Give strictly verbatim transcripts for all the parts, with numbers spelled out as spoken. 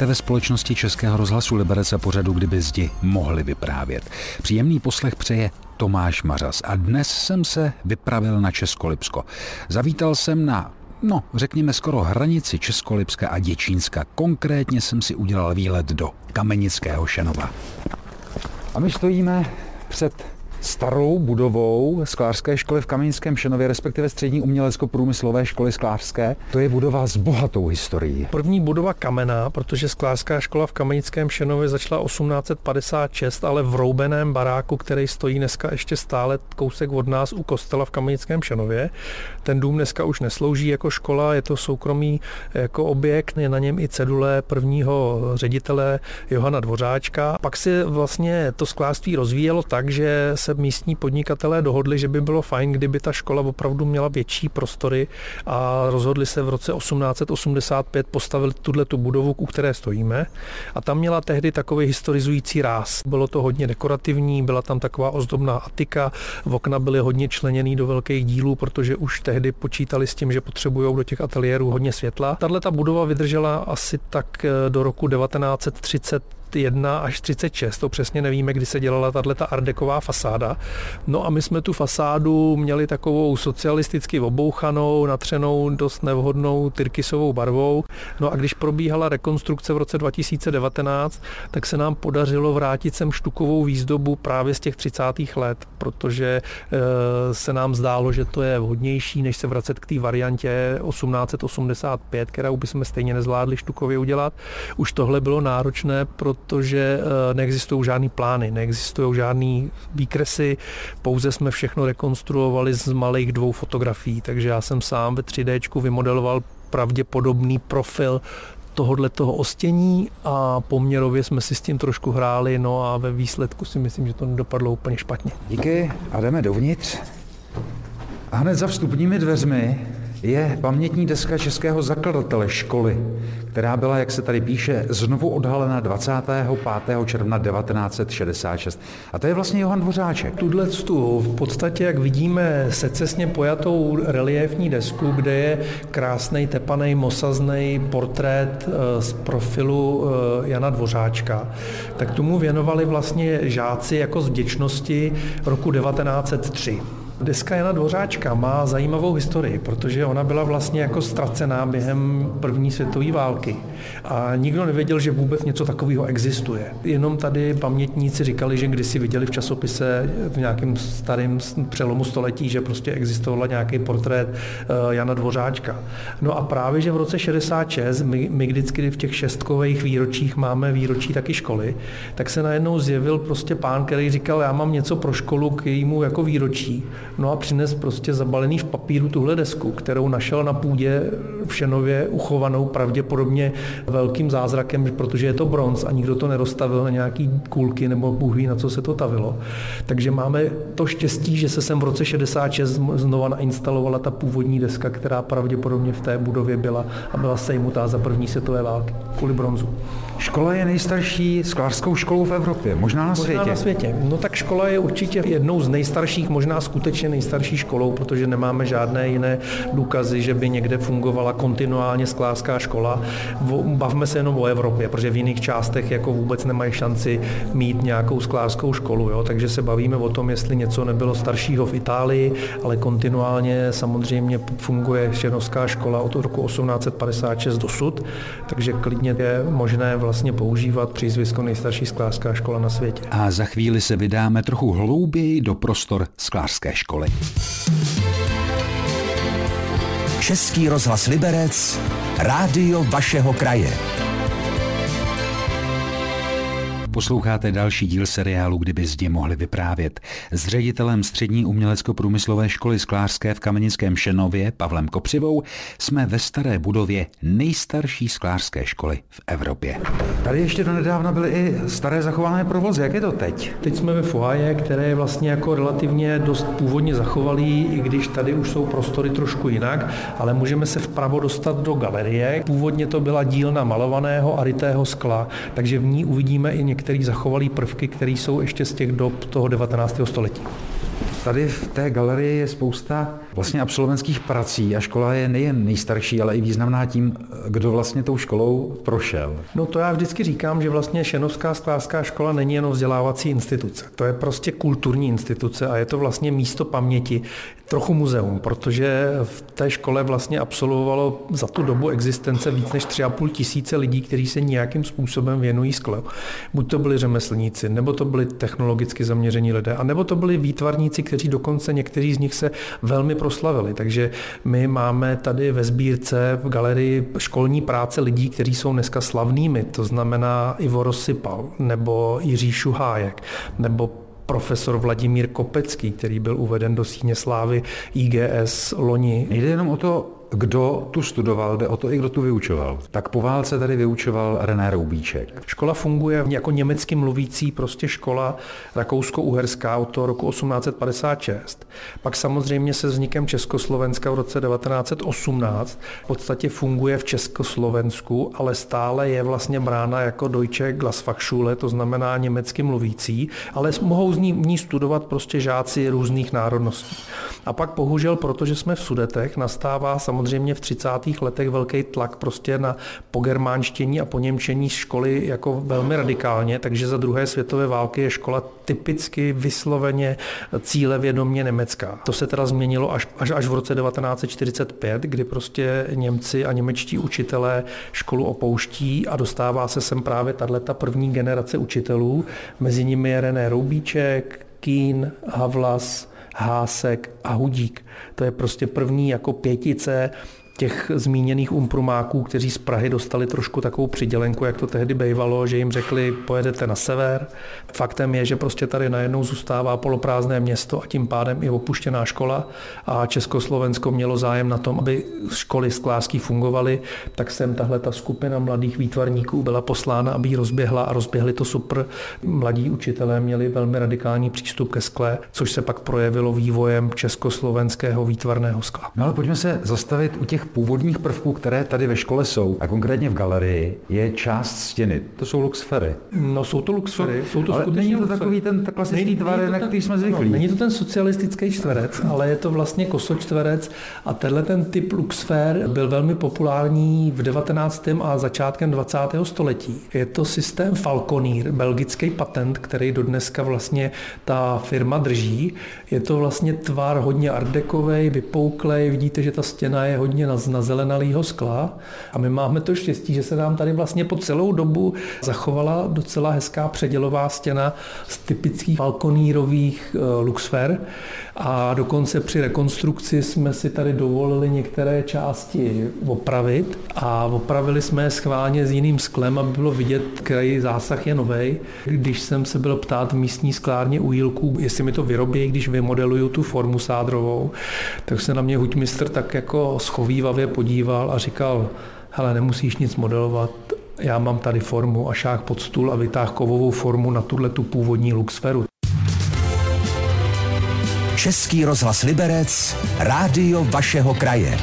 Vítejte ve společnosti Českého rozhlasu Liberec a pořadu Kdyby zdi mohli vyprávět. Příjemný poslech přeje Tomáš Mařas a dnes jsem se vypravil na Českolipsko. Zavítal jsem na, no řekněme skoro hranici Českolipska a Děčínska. Konkrétně jsem si udělal výlet do Kamenického Šenova. A my stojíme před starou budovou sklářské školy v Kamenickém Šenově, respektive střední umělecko-průmyslové školy sklářské. To je budova s bohatou historií. První budova kamenná, protože sklářská škola v Kamenickém Šenově začala osmnáct set padesát šest, ale v roubeném baráku, který stojí dneska ještě stále kousek od nás u kostela v Kamenickém Šenově. Ten dům dneska už neslouží jako škola, je to soukromý jako objekt, je na něm i cedule prvního ředitele Johana Dvořáčka. Pak se vlastně to sklářství rozvíjelo tak, že se místní podnikatelé dohodli, že by bylo fajn, kdyby ta škola opravdu měla větší prostory a rozhodli se v roce osmnáct set osmdesát pět postavit tuto budovu, u které stojíme. A tam měla tehdy takový historizující ráz. Bylo to hodně dekorativní, byla tam taková ozdobná atika, okna byly hodně členěný do velkých dílů, protože už tehdy počítali s tím, že potřebují do těch ateliérů hodně světla. Tato budova vydržela asi tak do roku devatenáct set třicet jedna až třicet šest, to přesně nevíme, kdy se dělala tato artdeková fasáda. No a my jsme tu fasádu měli takovou socialisticky obouchanou, natřenou dost nevhodnou tyrkysovou barvou. No a když probíhala rekonstrukce v roce dva tisíce devatenáct, tak se nám podařilo vrátit sem štukovou výzdobu právě z těch třicátých let, protože e, se nám zdálo, že to je vhodnější, než se vracet k té variantě osmnáct set osmdesát pět, kterou bychom stejně nezvládli štukově udělat. Už tohle bylo náročné, protože neexistují žádný plány, neexistují žádný výkresy, pouze jsme všechno rekonstruovali z malých dvou fotografií, takže já jsem sám ve tři déčku vymodeloval pravděpodobný profil tohodle toho ostění a poměrově jsme si s tím trošku hráli, no a ve výsledku si myslím, že to nedopadlo úplně špatně. Díky a jdeme dovnitř. A hned za vstupními dveřmi je pamětní deska českého zakladatele školy, která byla, jak se tady píše, znovu odhalena dvacátého pátého června devatenáct set šedesát šest. A to je vlastně Johan Dvořáček. Tuhle tu v podstatě, jak vidíme, secesně pojatou reliéfní desku, kde je krásnej, tepanej, mosaznej portrét z profilu Jana Dvořáčka, tak tomu věnovali vlastně žáci jako z vděčnosti roku devatenáct set tři. Deska Jana Dvořáčka má zajímavou historii, protože ona byla vlastně jako ztracená během první světové války. A nikdo nevěděl, že vůbec něco takového existuje. Jenom tady pamětníci říkali, že kdysi viděli v časopise v nějakém starém přelomu století, že prostě existoval nějaký portrét Jana Dvořáčka. No a právě, že v roce šedesát šest, my, my vždycky v těch šestkových výročích máme výročí taky školy, tak se najednou zjevil prostě pán, který říkal, já mám něco pro školu k jejímu jako výročí. No a přines prostě zabalený v papíru tuhle desku, kterou našel na půdě v Šenově uchovanou pravděpodobně velkým zázrakem, protože je to bronz a nikdo to nerozstavil na nějaký kulky nebo bůh ví, na co se to tavilo. Takže máme to štěstí, že se sem v roce šedesát šest znova nainstalovala ta původní deska, která pravděpodobně v té budově byla a byla sejmutá za první světové války kvůli bronzu. Škola je nejstarší sklářskou školou v Evropě, možná na světě. Možná na světě. No tak škola je určitě jednou z nejstarších, možná skutečně nejstarší školou, protože nemáme žádné jiné důkazy, že by někde fungovala kontinuálně sklářská škola. Bavme se jenom o Evropě, protože v jiných částech jako vůbec nemají šanci mít nějakou sklářskou školu, jo? Takže se bavíme o tom, jestli něco nebylo staršího v Itálii, ale kontinuálně samozřejmě funguje šenovská škola od roku osmnáct set padesát šest dosud, takže klidně je možné vlastně používat přízvisko nejstarší sklářská škola na světě. A za chvíli se vydáme trochu hlouběji do prostor sklářské školy. Český rozhlas Liberec, rádio vašeho kraje. Posloucháte další díl seriálu Kdyby zdi mohli vyprávět. S ředitelem střední umělecko-průmyslové školy sklářské v Kamenickém Šenově Pavlem Kopřivou jsme ve staré budově nejstarší sklářské školy v Evropě. Tady ještě donedávna byly i staré zachované provozy. Jak je to teď? Teď jsme ve foaje, které je vlastně jako relativně dost původně zachovalý, i když tady už jsou prostory trošku jinak, ale můžeme se vpravo dostat do galerie. Původně to byla dílna malovaného a rytého skla, takže v ní uvidíme i některé zachovalé prvky, které jsou ještě z těch dob toho devatenáctého století. Tady v té galerii je spousta vlastně absolventských prací a škola je nejen nejstarší, ale i významná tím, kdo vlastně tou školou prošel. No to já vždycky říkám, že vlastně Šenovská sklářská škola není jenom vzdělávací instituce. To je prostě kulturní instituce a je to vlastně místo paměti, trochu muzeum, protože v té škole vlastně absolvovalo za tu dobu existence víc než tři a půl tisíce lidí, kteří se nějakým způsobem věnují sklu. Buď to byli řemeslníci, nebo to byli technologicky zaměření lidé, a nebo to byli výtvarníci, kteří dokonce někteří z nich se velmi proslavili. Takže my máme tady ve sbírce v galerii školní práce lidí, kteří jsou dneska slavnými, to znamená Ivo Rozsypal, nebo Jiří Šuhájek, nebo profesor Vladimír Kopecký, který byl uveden do síně slávy I G S loni. Nejde jenom o to, kdo tu studoval, jde o to i kdo tu vyučoval. Tak po válce tady vyučoval René Roubíček. Škola funguje jako německy mluvící prostě škola rakousko-uherská od toho roku osmnáct set padesát šest. Pak samozřejmě se vznikem Československa v roce devatenáct set osmnáct v podstatě funguje v Československu, ale stále je vlastně brána jako Deutsche Glasfachschule, to znamená německy mluvící, ale mohou z ní, ní studovat prostě žáci různých národností. A pak bohužel, protože jsme v Sudetech, nastává samozřejmě v třicátých letech velký tlak prostě na pogermánštění a poněmčení školy jako velmi radikálně, takže za druhé světové války je škola typicky vysloveně cílevědomě německá. To se teda změnilo až, až, až v roce devatenáct set čtyřicet pět, kdy prostě Němci a němečtí učitelé školu opouští a dostává se sem právě tato první generace učitelů. Mezi nimi je René Roubíček, Kín, Havlas, Hásek a Hudík. To je prostě první jako pětice těch zmíněných umprumáků, kteří z Prahy dostali trošku takovou přidělenku, jak to tehdy bývalo, že jim řekli, pojedete na sever. Faktem je, že prostě tady najednou zůstává poloprázdné město a tím pádem i opuštěná škola a Československo mělo zájem na tom, aby školy sklářské fungovaly, tak sem tahle ta skupina mladých výtvarníků byla poslána, aby ji rozběhla a rozběhli to super. Mladí učitelé měli velmi radikální přístup ke skle, což se pak projevilo vývojem československého výtvarného skla. No ale pojďme se zastavit u těch původních prvků, které tady ve škole jsou, a konkrétně v galerii, je část stěny. To jsou luxfery. No jsou to luxfery. Jsou to ale není to luxfery. Takový ten klasický tvar, na který jsme zvyklí. No, není to ten socialistický čtverec, ale je to vlastně kosočtverec a tenhle ten typ luxfer byl velmi populární v devatenáctém a začátkem dvacátého století. Je to systém Falconer, belgický patent, který dodneska vlastně ta firma drží. Je to vlastně tvar hodně artdekovej, vypouklej, vidíte, že ta stěna je hodně na zelenalýho skla a my máme to štěstí, že se nám tady vlastně po celou dobu zachovala docela hezká předělová stěna z typických falconírových luxfer a dokonce při rekonstrukci jsme si tady dovolili některé části opravit a opravili jsme je schválně s jiným sklem, aby bylo vidět, který zásah je novej. Když jsem se byl ptát v místní sklárně u Jílků, jestli mi to vyrobí, když vymodeluju tu formu sádrovou, tak se na mě huťmistr tak jako schovívavě podíval a říkal, hele, nemusíš nic modelovat, já mám tady formu a šáh pod stůl a vytáhl kovovou formu na tuhle tu původní luxferu. Český rozhlas Liberec, rádio vašeho kraje.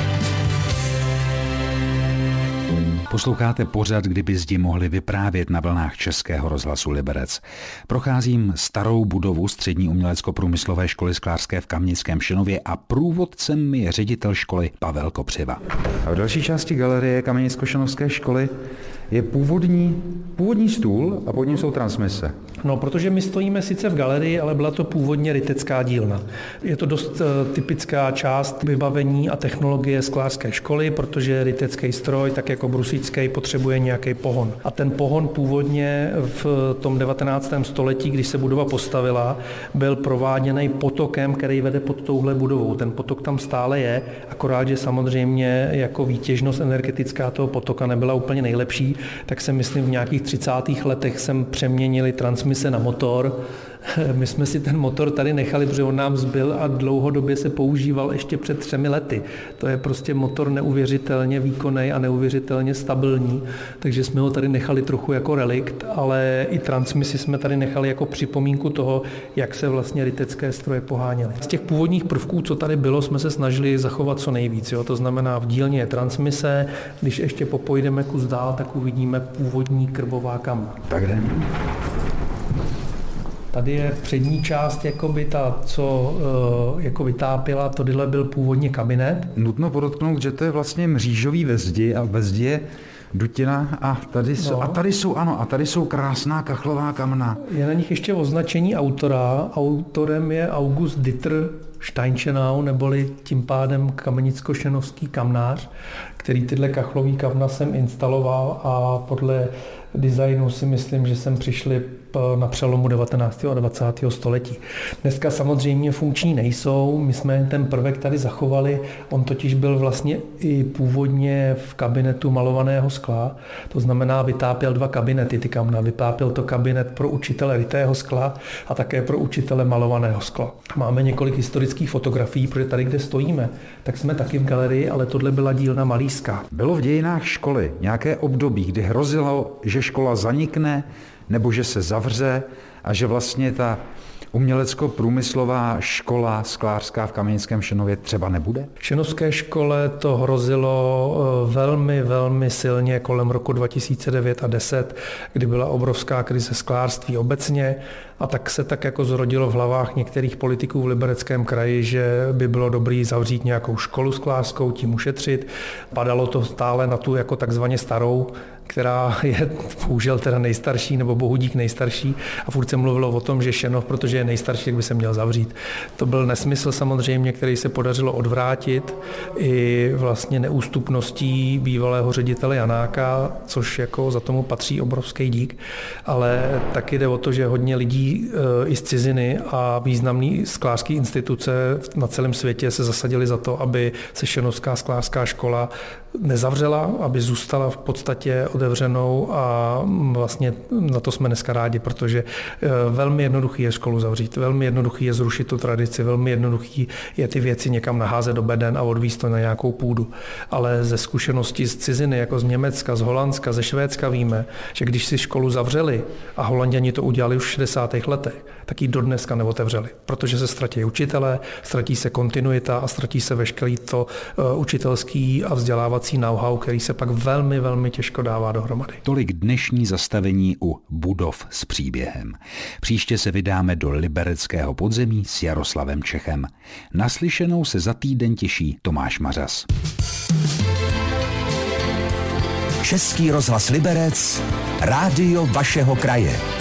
Posloucháte pořad, kdyby zdi mohli vyprávět na vlnách Českého rozhlasu Liberec. Procházím starou budovu Střední umělecko-průmyslové školy sklářské v Kamnickém Šenově a průvodcem mi je ředitel školy Pavel Kopřiva. A v další části galerie Kamenického-šenovské školy je původní, původní stůl a pod ním jsou transmise. No, protože my stojíme sice v galerii, ale byla to původně rytecká dílna. Je to dost uh, typická část vybavení a technologie sklářské školy, protože rytecký stroj, tak jako brusický, potřebuje nějaký pohon. A ten pohon původně v tom devatenáctém století, když se budova postavila, byl prováděný potokem, který vede pod touhle budovou. Ten potok tam stále je, akorát, že samozřejmě jako výtěžnost energetická toho potoka nebyla úplně nejlepší, tak se myslím v nějakých třicátých letech jsem přeměnili transmise na motor. My jsme si ten motor tady nechali, protože on nám zbyl a dlouhodobě se používal ještě před třemi lety. To je prostě motor neuvěřitelně výkonný a neuvěřitelně stabilní, takže jsme ho tady nechali trochu jako relikt, ale i transmisi jsme tady nechali jako připomínku toho, jak se vlastně rytecké stroje poháněly. Z těch původních prvků, co tady bylo, jsme se snažili zachovat co nejvíc. Jo? To znamená, v dílně je transmise, když ještě popojdeme kus dál, tak uvidíme původní krvová kamna. Tak jdeme. Tady je přední část, jakoby ta, co uh, jako vytápěla, tohle byl původně kabinet. Nutno podotknout, že to je vlastně mřížový ve zdi a ve zdi je dutina a tady, jsou, no. a tady jsou, ano, a tady jsou krásná kachlová kamna. Je na nich ještě označení autora. Autorem je August Dieter Steinschenau, neboli tím pádem kamenicko-šenovský kamnář, který tyhle kachlový kamna jsem instaloval a podle designu si myslím, že sem přišli na přelomu devatenáctého a dvacátého století. Dneska samozřejmě funkční nejsou, my jsme ten prvek tady zachovali, on totiž byl vlastně i původně v kabinetu malovaného skla, to znamená vytápěl dva kabinety ty kamna, vytápěl to kabinet pro učitele rytého skla a také pro učitele malovaného skla. Máme několik historických fotografií, protože tady, kde stojíme, tak jsme taky v galerii, ale tohle byla dílna malířská. Bylo v dějinách školy nějaké období, kdy hrozilo, že škola zanikne, nebo že se zavře a že vlastně ta umělecko-průmyslová škola sklářská v Kamenickém Šenově třeba nebude? V šenovské škole to hrozilo velmi, velmi silně kolem roku dva tisíce devět a deset, kdy byla obrovská krize sklářství obecně a tak se tak jako zrodilo v hlavách některých politiků v Libereckém kraji, že by bylo dobré zavřít nějakou školu sklářskou, tím ušetřit. Padalo to stále na tu jako takzvaně starou, která je bohužel teda nejstarší, nebo bohudík nejstarší a furt se mluvilo o tom, že Šenov, protože je nejstarší, jak by se měl zavřít. To byl nesmysl samozřejmě, který se podařilo odvrátit i vlastně neústupností bývalého ředitele Janáka, což jako za tomu patří obrovský dík, ale taky jde o to, že hodně lidí i z ciziny a významný sklářský instituce na celém světě se zasadili za to, aby se šenovská sklářská škola nezavřela, aby zůstala v podstatě otevřenou a vlastně na to jsme dneska rádi, protože velmi jednoduchý je školu zavřít, velmi jednoduchý je zrušit tu tradici, velmi jednoduchý je ty věci někam naházet do beden a odvízt to na nějakou půdu. Ale ze zkušeností z ciziny, jako z Německa, z Holandska, ze Švédska víme, že když si školu zavřeli a Holanděni to udělali už v šedesátých letech, tak ji dodneska neotevřeli, protože se ztratí učitelé, ztratí se kontinuita a ztratí se veškerý to uh, učitelský a vzdělávací know-how, který se pak velmi, velmi těžko dává dohromady. Tolik dnešní zastavení u budov s příběhem. Příště se vydáme do libereckého podzemí s Jaroslavem Čechem. Naslyšenou se za týden těší Tomáš Mařas. Český rozhlas Liberec, rádio vašeho kraje.